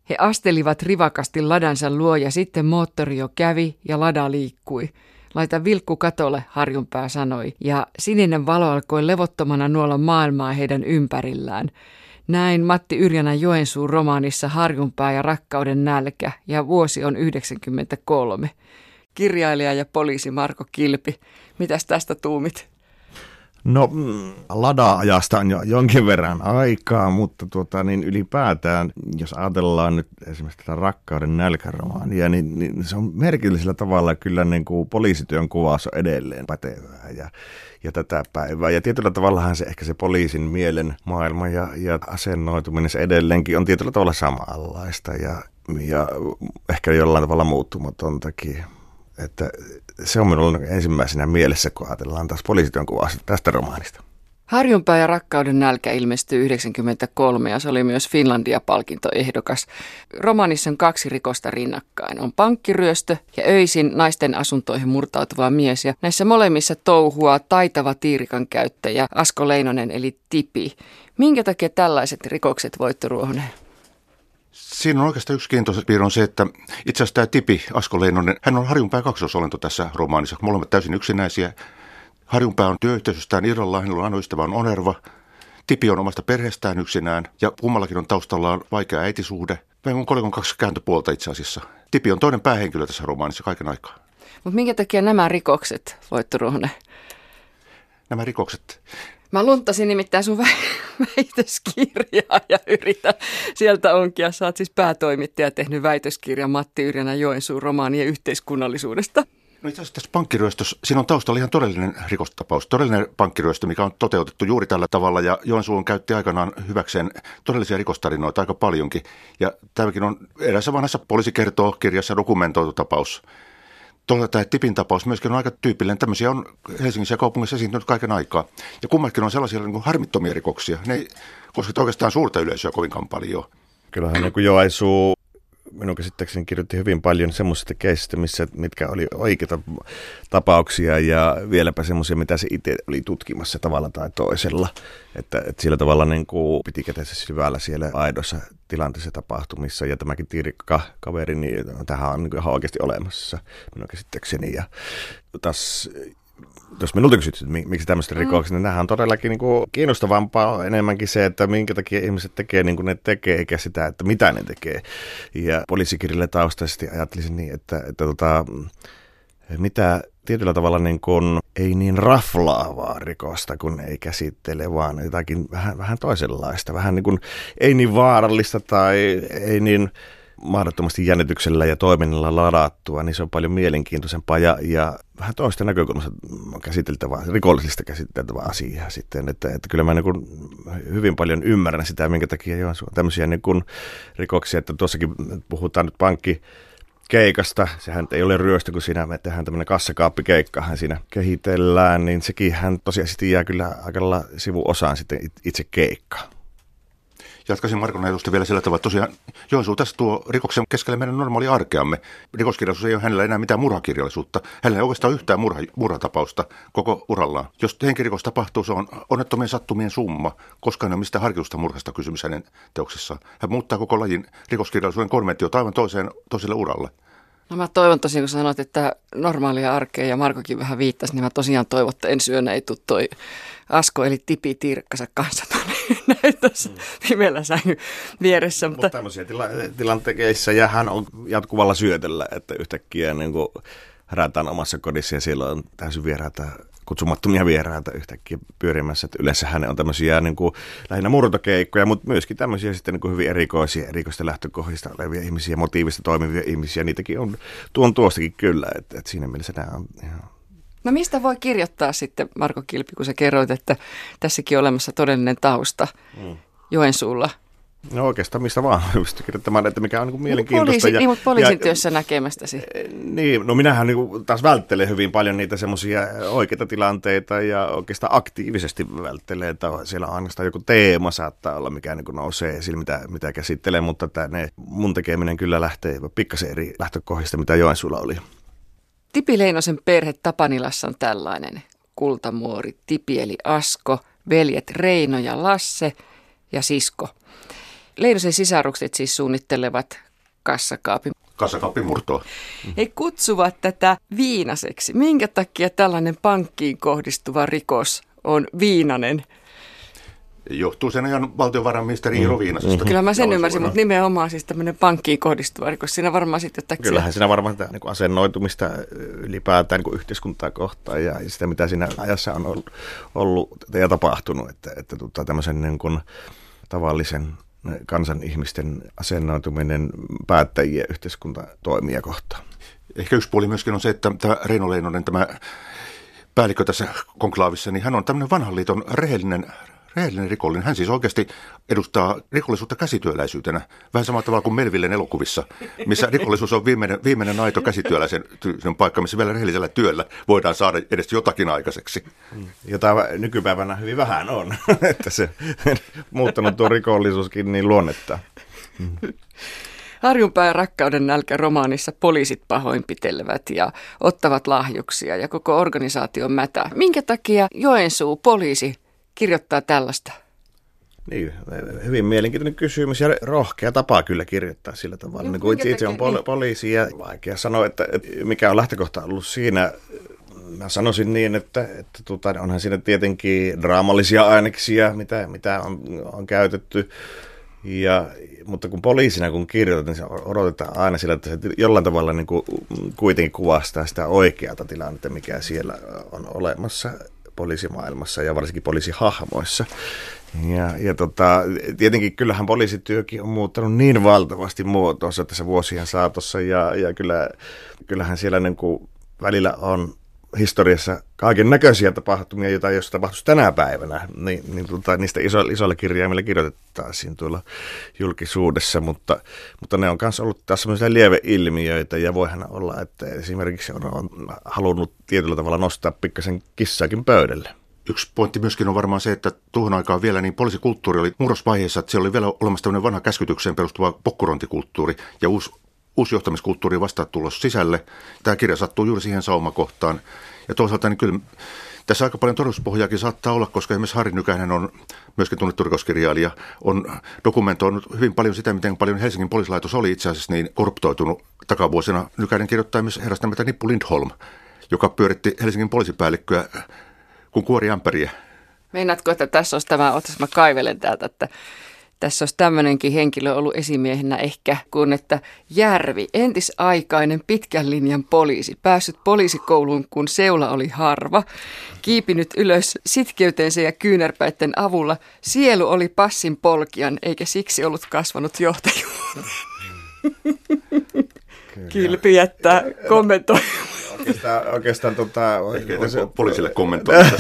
He astelivat rivakasti ladansa luo ja sitten moottori jo kävi ja lada liikkui. Laita vilkku katolle, Harjunpää sanoi, ja sininen valo alkoi levottomana nuolla maailmaa heidän ympärillään. Näin Matti Yrjänän Joensuun romaanissa Harjunpää ja rakkauden nälkä, ja vuosi on 1993. Kirjailija ja poliisi Marko Kilpi, mitäs tästä tuumit? No, lada-ajasta on jo jonkin verran aikaa, mutta niin ylipäätään, jos ajatellaan nyt esimerkiksi tätä rakkauden nälkäromaania, niin se on merkillisellä tavalla kyllä niin kuin poliisityön kuvaus on edelleen pätevää ja tätä päivää. Ja tietyllä tavallahan se ehkä se poliisin mielen maailma ja asennoituminen se edelleenkin on tietyllä tavalla samanlaista ja ehkä jollain tavalla muuttumatontakin. Että se on minulla ensimmäisenä mielessä, kun ajatellaan taas poliisityön kuvausta tästä romaanista. Harjunpää ja rakkauden nälkä ilmestyi 1993 ja se oli myös Finlandia-palkintoehdokas. Romaanissa on 2 rikosta rinnakkain. On pankkiryöstö ja öisin naisten asuntoihin murtautuva mies. Ja näissä molemmissa touhua taitava tiirikan käyttäjä Asko Leinonen eli Tipi. Minkä takia tällaiset rikokset, Voitto Ruohonen? Siinä on oikeastaan yksi kiintoisa piirre on se, että itse asiassa tämä Tipi, Asko Leinonen, hän on Harjunpään kaksosolento tässä romaanissa. Molemmat täysin yksinäisiä. Harjunpää on työyhteisöstään irrallaan, hänellä on ainoa ystävä on Onerva. Tipi on omasta perheestään yksinään ja kummallakin on taustallaan vaikea äitisuhde. Meillä on kolikon 2 kääntöpuolta itse asiassa. Tipi on toinen päähenkilö tässä romaanissa kaiken aikaa. Mutta minkä takia nämä rikokset, Voitto Ruohonen? Nämä rikokset... Mä lunttasin nimittäin sun väitöskirjaa ja yritän. Sieltä onkin, ja sä oot siis päätoimittaja tehnyt väitöskirjan Matti Yrjänän Joensuun romaanien yhteiskunnallisuudesta. No itse asiassa tässä pankkiryöstössä, siinä on taustalla ihan todellinen rikostapaus, todellinen pankkiryöstö, mikä on toteutettu juuri tällä tavalla. Ja Joensuun käytti aikanaan hyväkseen todellisia rikostarinoita aika paljonkin. Ja tämäkin on eräässä vanhassa poliisi kertoo kirjassa dokumentoitu tapaus. Tämä Tipin tapaus myöskin on aika tyypillinen. Tämmöisiä on Helsingissä ja kaupungissa esiintynyt kaiken aikaa. Ja kummatkin on sellaisia niin kuin harmittomia rikoksia. Ne ei kosketa oikeastaan suurta yleisöä kovinkaan paljon. Kyllähän niin kuin Joensuu minun käsittääkseni kirjoitti hyvin paljon semmoisista keisistä, mitkä oli oikeita tapauksia ja vieläpä semmoisia, mitä se itse oli tutkimassa tavalla tai toisella. Että sillä tavalla niin kuin piti käteensä syvällä siellä aidossa tilanteessa tapahtumissa ja tämäkin tiirikka-kaveri, niin tähän on niin ihan oikeasti olemassa minun käsittääkseni. Ja taas jos minulta kysyt, miksi tämmöiset rikokset, niin nämähän on todellakin niin kuin kiinnostavampaa enemmänkin se, että minkä takia ihmiset tekee niin kuin ne tekee, eikä sitä, että mitä ne tekee. Ja poliisikirjalle taustaisesti ajattelisin niin, että mitä tietyllä tavalla niin kuin ei niin raflaavaa rikosta, kun ei käsittele, vaan jotakin vähän toisenlaista, vähän niin kuin ei niin vaarallista tai ei niin mahdottomasti jännityksellä ja toiminnalla ladattua, niin se on paljon mielenkiintoisempaa ja vähän toista näkökulmasta käsiteltävää, rikollisista käsiteltävää asiaa sitten, että kyllä mä niin kuin hyvin paljon ymmärrän sitä, minkä takia on tämmöisiä niin kuin rikoksia, että tuossakin puhutaan nyt pankkikeikasta, sehän ei ole ryöstö, kun siinä me tehdään tämmöinen kassakaappikeikkahan siinä kehitellään, niin sekin hän tosiaan jää kyllä aika lailla sivuosaan sitten itse keikkaan. Jatkaisin Markon ajatusta vielä sillä tavalla, että tosiaan Joensuu tässä tuo rikoksen keskelle meidän normaali arkeamme. Rikoskirjallisuus ei ole hänellä enää mitään murhakirjallisuutta. Hänellä ei oikeastaan yhtään murhatapausta koko urallaan. Jos henkirikos tapahtuu, se on onnettomien sattumien summa, koska ei ole mistään harkitusta murhasta kysymys hänen teoksessaan. Hän muuttaa koko lajin rikoskirjallisuuden konventio aivan toiselle uralle. No mä toivon tosiaan, kun sanoit, että normaalia arkea ja Markokin vähän viittasi, niin mä tosiaan toivon, että ensi yönä ei tule toi Asko eli Tipi Tiirikkansa kanssa näin tässä pimeällä sängyn vieressä. Mutta tämmöisiä tilanteissa ja hän on jatkuvalla syötellä, että yhtäkkiä niin kuin herätään omassa kodissa ja siellä on täysin vieraita, kutsumattomia vieraita yhtäkkiä pyörimässä. Että yleensä hän on tämmöisiä niin kuin lähinnä murtokeikkoja, mutta myöskin tämmöisiä sitten niin kuin hyvin erikoista lähtökohdista olevia ihmisiä, motiivista toimivia ihmisiä. Niitäkin on tuostakin kyllä, että siinä mielessä nämä on ihan... No mistä voi kirjoittaa sitten, Marko Kilpi, kun sä kerroit, että tässäkin on olemassa todellinen tausta Joensuulla? No oikeastaan mistä vaan pystyy kirjoittamaan, että mikä on niin kuin mielenkiintoista. Mutta poliisin työssä näkemästäsi. Niin, no minähän niin kuin taas välttelen hyvin paljon niitä semmoisia oikeita tilanteita ja oikeastaan aktiivisesti välttelee, että siellä on ainoastaan joku teema saattaa olla, mikä niin kuin nousee esille, mitä käsittelee, mutta mun tekeminen kyllä lähtee pikkasen eri lähtökohdista, mitä Joensuulla oli. Tipi Leinosen perhe Tapanilassa on tällainen. Kultamuori, Tipi eli Asko, veljet Reino ja Lasse ja sisko. Leinosen sisarukset siis suunnittelevat Kassakaappimurtoa. He kutsuvat tätä viinaseksi. Minkä takia tällainen pankkiin kohdistuva rikos on viinanen? Johtuu sen ajan valtiovarainministeri Iiro Viinasesta. Kyllä mä sen ymmärsin, mutta nimenomaan siis tämmöinen pankkiin kohdistuva rikos. Siinä varmaan sitten jotain. Kyllähän siinä varmaan niin kuin asennoitumista ylipäätään niin kuin yhteiskuntaa kohtaan ja sitä, mitä siinä ajassa on ollut ja tapahtunut, että tämmöisen niin kuin tavallisen kansan ihmisten asennoituminen päättäjiä yhteiskuntatoimia kohtaan. Ehkä yksi puoli myöskin on se, että tämä Reino Leinonen, tämä päällikkö tässä konklaavissa, niin hän on tämmöinen vanhan liiton rehellinen rikollinen. Hän siis oikeasti edustaa rikollisuutta käsityöläisyytenä. Vähän samalla tavalla kuin Melvillen elokuvissa, missä rikollisuus on viimeinen aito käsityöläisen paikka, missä vielä rehellisellä työllä voidaan saada edes jotakin aikaiseksi. Jota nykypäivänä hyvin vähän on, että se muuttanut tuo rikollisuuskin niin luonnetta. Harjunpään rakkauden nälkä -romaanissa poliisit pahoinpitelevät ja ottavat lahjuksia ja koko organisaatio mätä. Minkä takia Joensuu poliisi kirjoittaa tällaista? Niin, hyvin mielenkiintoinen kysymys ja rohkea tapa kyllä kirjoittaa sillä tavalla. Niin kuin itse on poliisi ja vaikea sanoa, että mikä on lähtökohta ollut siinä. Mä sanoisin niin, että onhan siinä tietenkin draamallisia aineksia, mitä on käytetty. Mutta kun poliisina kun kirjoitat, niin se odotetaan aina sillä, että se jollain tavalla niin kuin kuitenkin kuvastaa sitä oikeata tilannetta, mikä siellä on olemassa poliisimaailmassa ja varsinkin poliisihahmoissa. Tietenkin kyllähän poliisityökin on muuttanut niin valtavasti muotoonsa tässä vuosien saatossa ja kyllähän siellä niin kuin välillä on historiassa kaiken näköisiä tapahtumia, joita jos tapahtuisi tänä päivänä, niin niistä isoilla kirjaimilla kirjoitettaisiin tuolla julkisuudessa, mutta ne on myös ollut taas sellaisia lieveilmiöitä ja voihan olla, että esimerkiksi on halunnut tietyllä tavalla nostaa pikkasen kissaakin pöydälle. Yksi pointti myöskin on varmaan se, että tuohon aikaan vielä niin poliisikulttuuri oli murrosvaiheessa, että siellä oli vielä olemassa tämmöinen vanha käskytykseen perustuva pokkurointikulttuuri ja uusi johtamiskulttuuri vasta tulossa sisälle. Tämä kirja sattuu juuri siihen saumakohtaan. Ja toisaalta niin kyllä tässä aika paljon todistuspohjaakin saattaa olla, koska esimerkiksi Harri Nykänen on myöskin tunnettu rikoskirjailija, on dokumentoinut hyvin paljon sitä, miten paljon Helsingin poliisilaitos oli itse asiassa niin korruptoitunut takavuosina. Nykänen kirjoittaa myös herrasta nimeltä Nippu Lindholm, joka pyöritti Helsingin poliisipäällikköä kuin kuori ämpäriä. Meinaatko, että tässä olisi mä kaivelen täältä, että tässä olisi tämmöinenkin henkilö ollut esimiehenä ehkä, kun että Järvi, entisaikainen pitkän linjan poliisi, päässyt poliisikouluun, kun seula oli harva, kiipinyt ylös sitkeytensä ja kyynärpäitten avulla. Sielu oli passin polkijan, eikä siksi ollut kasvanut johtajuuteen. Kilpi jättää kommentoi. Oikeastaan poliisille kommentoida.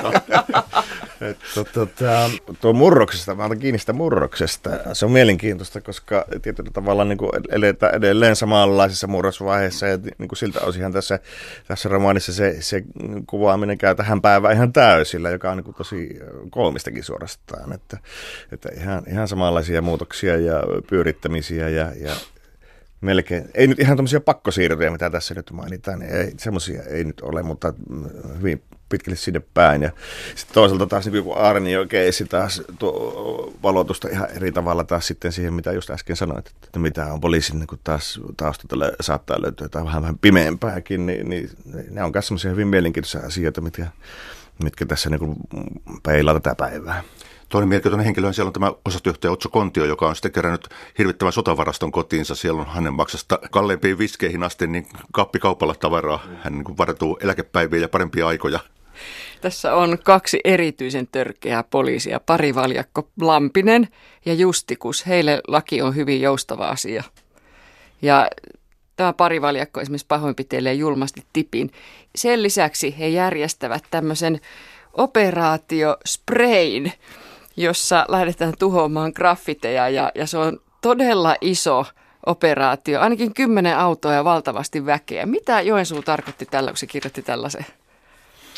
Tuo murroksesta, mä otan kiinni sitä murroksesta. Se on mielenkiintoista, koska tietyllä tavalla niin kuin eletään edelleen samanlaisessa murrosvaiheessa ja niin kuin siltä osinhan tässä romaanissa se kuvaaminen käy tähän päivään ihan täysillä, joka on niin kuin tosi koomistakin suorastaan. Että ihan samanlaisia muutoksia ja pyörittämisiä ja melkein, ei nyt ihan tämmöisiä pakkosiirtoja, mitä tässä nyt mainitaan, semmoisia ei nyt ole, mutta hyvin pitkälle sinne päin. Ja sitten toisaalta taas niin joku Aarnio-keissi taas tuo valotusta ihan eri tavalla taas sitten siihen, mitä just äsken sanoit, että mitä on poliisin niin taas taustalta saattaa löytyä jotain vähän pimeämpääkin, niin ne on myös semmoisia hyvin mielenkiintoisia asioita, mitkä tässä niin peilaa tätä päivää. Toinen mielenkiintoinen henkilö on siellä on tämä osastojohtaja Otso Kontio, joka on sitten kerännyt hirvittävän sotavaraston kotiinsa. Siellä on hänen maksasta kalleimpiin viskeihin asti niin kappikaupalla tavaraa. Hän niin varautuu eläkepäiviä ja parempia aikoja. Tässä on 2 erityisen törkeää poliisia, parivaljakko Lampinen ja Justikus. Heille laki on hyvin joustava asia. Ja tämä parivaljakko esimerkiksi pahoinpitelee julmasti tipin. Sen lisäksi he järjestävät tämmöisen operaatiosprayin, jossa lähdetään tuhoamaan graffiteja ja se on todella iso operaatio. Ainakin 10 autoa ja valtavasti väkeä. Mitä Joensuu tarkoitti tällä, kun se kirjoitti tällaisen?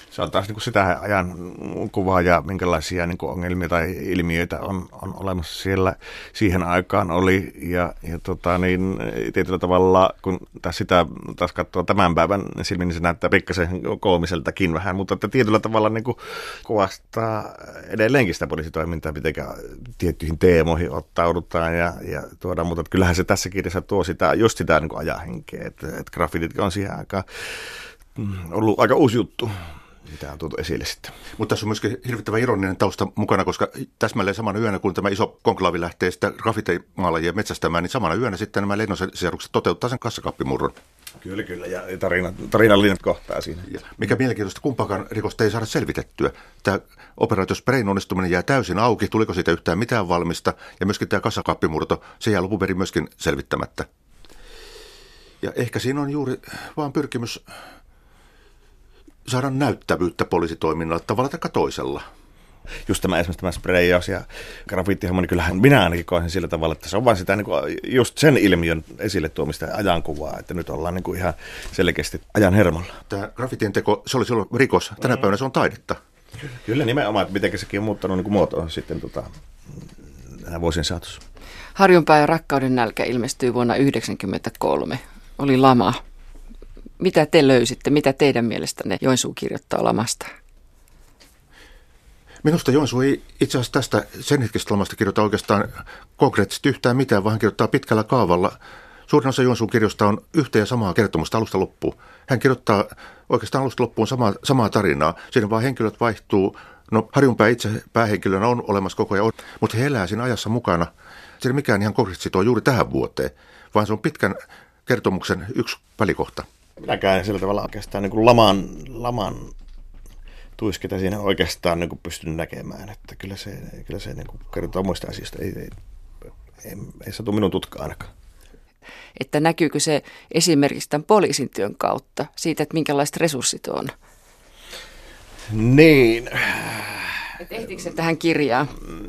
Se on taas niin kuin sitä ajan kuvaa ja minkälaisia niin kuin ongelmia tai ilmiöitä on olemassa siellä siihen aikaan oli. Ja niin tietyllä tavalla, kun sitä taas katsoo tämän päivän silmin, niin se näyttää pikkasen koomiseltakin vähän, mutta että tietyllä tavalla niin kuin kuvastaa edelleenkin sitä poliisitoimintaa, miten tiettyihin teemoihin ottaudutaan ja tuodaan, mutta kyllähän se tässä kirjassa tuo just sitä niin kuin ajahenkeä, että graffitit on siihen aikaan ollut aika uusi juttu, mitä on tuotu esille sitten. Mutta tässä on myöskin hirvittävän ironinen tausta mukana, koska täsmälleen samana yönä, kun tämä iso konklaavi lähtee sitä graffiti-maalajia metsästämään, niin samana yönä sitten nämä Leinosen-sierukset toteuttaa sen kassakaappimurron. Kyllä, ja tarinallinen kohtaa siinä. Ja mikä mielenkiintoista, kumpaakaan rikosta ei saada selvitettyä. Tämä operaatio Sprayn onnistuminen jää täysin auki, tuliko siitä yhtään mitään valmista, ja myöskin tämä kassakaappimurto, se jää lopun perin myöskin selvittämättä. Ja ehkä siinä on juuri vaan pyrkimys saada näyttävyyttä poliisitoiminnalla tavalla tai toisella. Just esimerkiksi tämä sprayjaus ja graffitihomma, niin kyllähän minä ainakin koen sen sillä tavalla, että se on vain sitä niin kuin just sen ilmiön esille tuomista ajankuvaa, että nyt ollaan niin kuin ihan selkeästi ajan hermolla. Tämä graffitien teko, se oli silloin rikos, tänä päivänä se on taidetta. Kyllä nimenomaan, että miten sekin on muuttanut niin kuin muotoa sitten vuosien saatossa. Harjunpää ja rakkauden nälkä ilmestyi vuonna 1993. Oli lama. Mitä te löysitte? Mitä teidän mielestänne Joensuu kirjoittaa lamasta? Minusta Joensuu ei itse asiassa tästä sen hetkisestä lamasta kirjoita oikeastaan konkreettisesti yhtään mitään, vaan hän kirjoittaa pitkällä kaavalla. Suurin osa Joensuun kirjoista on yhtä ja samaa kertomusta alusta loppuun. Hän kirjoittaa oikeastaan alusta loppuun samaa tarinaa. Siinä vaan henkilöt vaihtuu. No Harjunpää itse päähenkilönä on olemassa koko ajan, mutta he elää siinä ajassa mukana. Se ei mikään ihan konkreettisesti sitoo juuri tähän vuoteen, vaan se on pitkän kertomuksen yksi välikohta. Minäkään sillä tavalla oikeastaan niin kuin laman tuiskeita siinä oikeastaan niin kuin pystyn näkemään, että kyllä se niin kuin kertoo muista asioista. Ei satu minun tutkaan ainakaan. Että näkyykö se esimerkiksi tämän poliisin työn kautta, siitä, että minkälaiset resurssit on? Niin. Et ehtiikö se tähän kirjaan?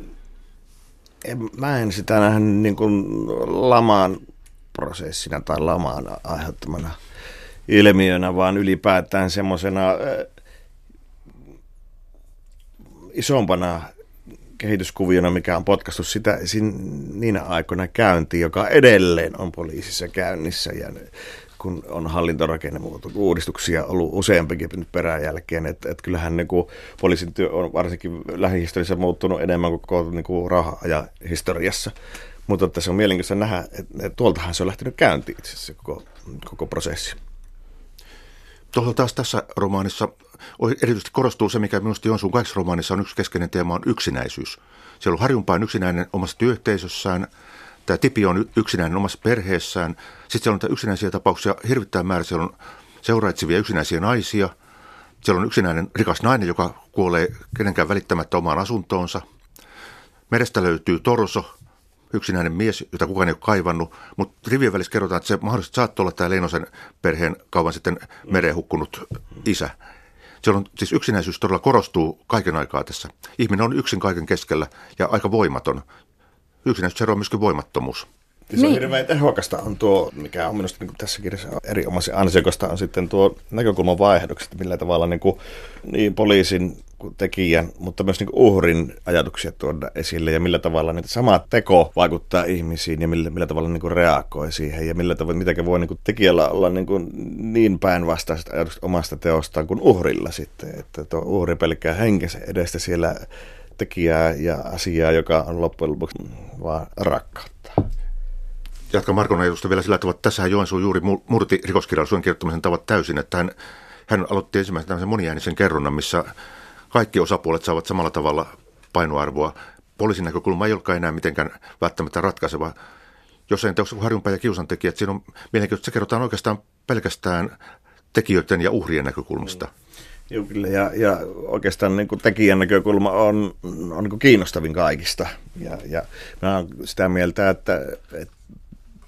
Mä en sitä nähdä niin kuin laman prosessina tai laman aiheuttamana ilmiönä, vaan ylipäätään semmoisena isompana kehityskuviona, mikä on potkastu sitä niinä aikoina käyntiin, joka edelleen on poliisissa käynnissä ja kun on hallintorakennemuutoksia ollut useampikin nyt peräjälkeen, että kyllähän niin kuin poliisin työ on varsinkin lähihistoriassa muuttunut enemmän kuin koko niin kuin rauha-ajan historiassa. Mutta että se on mielenkiintoista nähdä, että tuoltahan se on lähtenyt käyntiin itse asiassa koko prosessi. Tuolla taas tässä romaanissa erityisesti korostuu se, mikä minusta Joensuun kaikissa romaanissa on yksi keskeinen teema, on yksinäisyys. Siellä on Harjunpää yksinäinen omassa työyhteisössään, tämä Tipi on yksinäinen omassa perheessään, sitten siellä on tämä yksinäisiä tapauksia hirvittävän määrä, siellä on seuraitsevia yksinäisiä naisia, siellä on yksinäinen rikas nainen, joka kuolee kenenkään välittämättä omaan asuntoonsa. Merestä löytyy torso, yksinäinen mies, jota kukaan ei ole kaivannut, mutta rivien välissä kerrotaan, että se mahdollisesti saattoi olla tämä Leinosen perheen kauan sitten mereen hukkunut isä. Siellä on siis yksinäisyys todella korostuu kaiken aikaa tässä. Ihminen on yksin kaiken keskellä ja aika voimaton. Yksinäisyys eroaa myöskin voimattomuus. Se on hirveän tehokasta on tuo, mikä on minusta niin tässä kirjassa erinomaisen ansiokasta, on sitten tuo näkökulman vaihdokset, millä tavalla niin poliisin kuin tekijän, mutta myös niin uhrin ajatuksia tuoda esille ja millä tavalla niin sama teko vaikuttaa ihmisiin ja millä tavalla niin reagoi siihen ja millä tavalla, miten voi niin tekijällä olla niin päinvastaiset ajatukset omasta teostaan kuin uhrilla sitten, että tuo uhri pelkää henkensä edestä siellä tekijää ja asiaa, joka on loppujen lopuksi vaan rakkautta. Jatkan Markon ajatusta vielä sillä tavalla, että tässähän Joensuu juuri murti rikoskirjallisuuden kirjoittamisen tavat täysin, että hän aloitti ensimmäisen tämmöisen moniäänisen kerronnan, missä kaikki osapuolet saavat samalla tavalla painoarvoa. Poliisin näkökulma ei olekaan enää mitenkään välttämättä ratkaiseva. Jossain teossa kuin Harjunpää ja kiusantekijät, siinä on mielenkiintoista, että se kerrotaan oikeastaan pelkästään tekijöiden ja uhrien näkökulmasta. Joo, kyllä, ja oikeastaan niin kuin tekijän näkökulma on niin kuin kiinnostavin kaikista. Ja mä olen sitä mieltä, että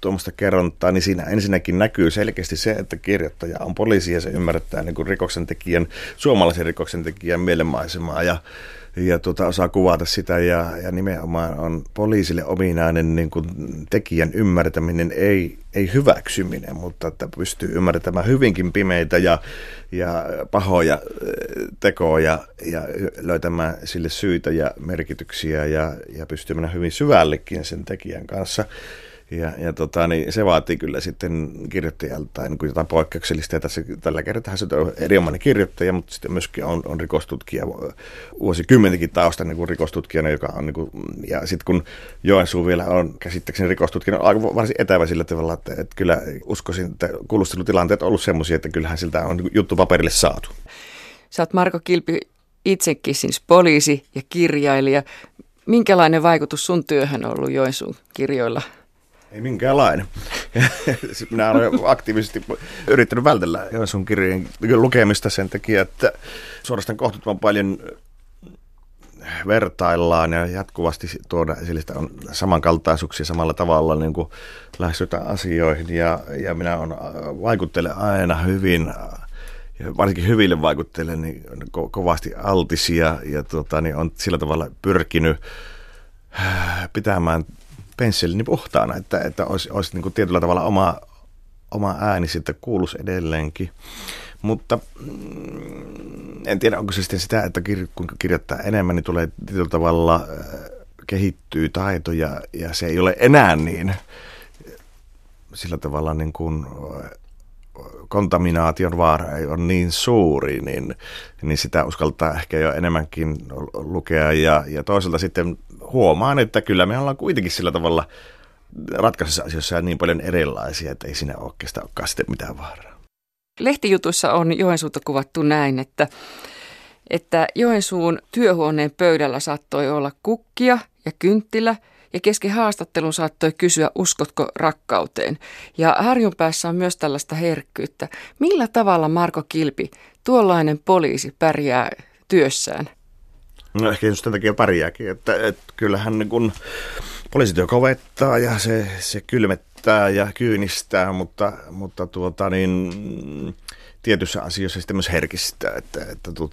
tuommoista kerrontaa, niin siinä ensinnäkin näkyy selkeästi se, että kirjoittaja on poliisi ja se ymmärtää niin kuin suomalaisen rikoksentekijän mielenmaisemaa ja osaa kuvata sitä ja nimenomaan on poliisille ominainen niin kuin tekijän ymmärtäminen, ei hyväksyminen, mutta että pystyy ymmärtämään hyvinkin pimeitä ja pahoja tekoja ja löytämään sille syitä ja merkityksiä ja pystyy mennä hyvin syvällekin sen tekijän kanssa. Niin se vaatii kyllä sitten kirjoittajalta niin kuin jotain poikkeuksellista. Ja tällä kertaa se on erinomainen kirjoittaja, mutta sitten myöskin on rikostutkija, vuosikymmenikin tausta niin kuin rikostutkijana, joka on, niin kuin, ja sitten kun Joensuu vielä on käsittääkseni rikostutkijana, on varsin etävä sillä tavalla, että kyllä uskoisin, että kuulustelutilanteet on ollut semmoisia, että kyllähän siltä on juttu paperille saatu. Sä oot Marko Kilpi itsekin siis poliisi ja kirjailija. Minkälainen vaikutus sun työhön on ollut Joensuun kirjoilla? Ei minkäänlainen. Minä olen aktiivisesti yrittänyt vältellä Joensuun kirjojen lukemista sen takia, että suorastaan kohtuuttoman paljon vertaillaan ja jatkuvasti tuoda esille, että on samankaltaisuuksia samalla tavalla niin kuin lähestytään asioihin. Ja minä vaikuttelen aina hyvin, ja varsinkin hyville vaikutteille, niin kovasti altis ja niin on sillä tavalla pyrkinyt pitämään pensselini puhtaana, että olisi niin kuin tietyllä tavalla oma ääni sitten kuuluisi edelleenkin. Mutta en tiedä, onko se sitten sitä, että kun kirjoittaa enemmän, niin tulee tietyllä tavalla kehittyy taito ja se ei ole enää niin sillä tavalla niin kuin kontaminaation vaara ei ole niin suuri, niin sitä uskaltaa ehkä jo enemmänkin lukea ja toisaalta sitten huomaan, että kyllä me ollaan kuitenkin sillä tavalla ratkaisussa asioissa niin paljon erilaisia, että ei siinä olekaan sitten mitään vaaraa. Lehtijutuissa on Joensuuta kuvattu näin, että Joensuun työhuoneen pöydällä saattoi olla kukkia ja kynttilä ja kesken haastattelun saattoi kysyä, uskotko rakkauteen. Ja Harjunpäässä on myös tällaista herkkyyttä. Millä tavalla, Marko Kilpi, tuollainen poliisi pärjää työssään? No ehkä just tämän takia pärjääkin, että kyllähän niin kun poliisityö kovettaa ja se kylmettää ja kyynistää, mutta tietyissä asioissa sitten myös herkistää, että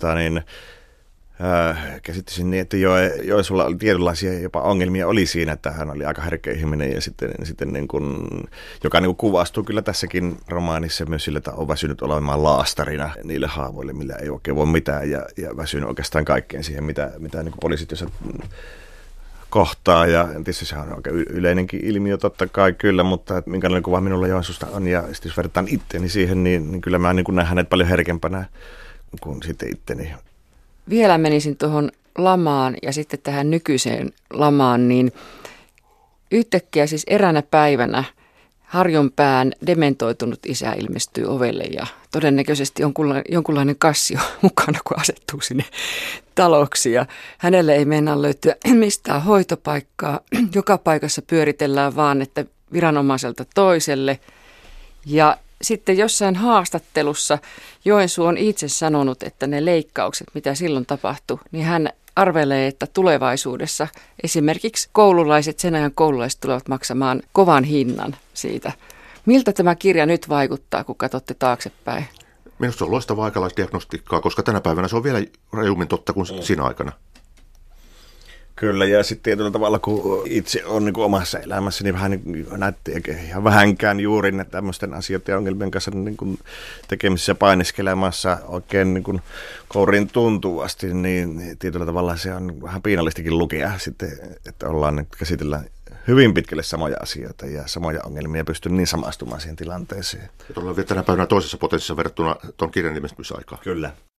käsittyisin niin, että Joensuulla oli tietynlaisia jopa ongelmia oli siinä, että hän oli aika herkkä ihminen ja sitten niin kuin, joka niin kuin kuvastuu kyllä tässäkin romaanissa myös sillä, että on väsynyt olemaan laastarina niille haavoille, millä ei oikein voi mitään ja väsynyt oikeastaan kaikkeen siihen, mitä niin kuin poliisityössä kohtaa ja tietysti se on aika yleinenkin ilmiö totta kai kyllä, mutta minkälainen kuva minulla Joensuusta on ja sitten jos verrataan itseäni siihen, niin kyllä mä niin kuin näen hänet paljon herkempänä kuin sitten itteni. Vielä menisin tuohon lamaan ja sitten tähän nykyiseen lamaan, niin yhtäkkiä siis eräänä päivänä Harjunpään dementoitunut isä ilmestyy ovelle ja todennäköisesti on jonkunlainen kassio mukana, kun asettuu sinne taloksi. Ja hänelle ei meinaa löytyä mistään hoitopaikkaa. Joka paikassa pyöritellään vaan, että viranomaiselta toiselle. Ja sitten jossain haastattelussa Joensuu on itse sanonut, että ne leikkaukset, mitä silloin tapahtui, niin hän arvelee, että tulevaisuudessa esimerkiksi sen ajan koululaiset tulevat maksamaan kovan hinnan siitä. Miltä tämä kirja nyt vaikuttaa, kun katsotte taaksepäin? Minusta se on loistavaa aikalaisdiagnostiikkaa, koska tänä päivänä se on vielä rajummin totta kuin siinä aikana. Kyllä, ja sitten tietyllä tavalla, kun itse on niin kuin omassa elämässäni niin vähän niin näette ihan vähänkään juuri ne tämmöisten asioiden ja ongelmien kanssa niin kuin tekemisissä painiskelemassa oikein niin kuin kouriin tuntuvasti, niin tietyllä tavalla se on vähän piinallistakin lukea sitten, että käsitellään hyvin pitkälle samoja asioita ja samoja ongelmia ja pystyy niin samastumaan siihen tilanteeseen. Ja ollaan vielä tänä päivänä toisessa potenssissa verrattuna tuon kirjan ilmestymisaikaan. Kyllä.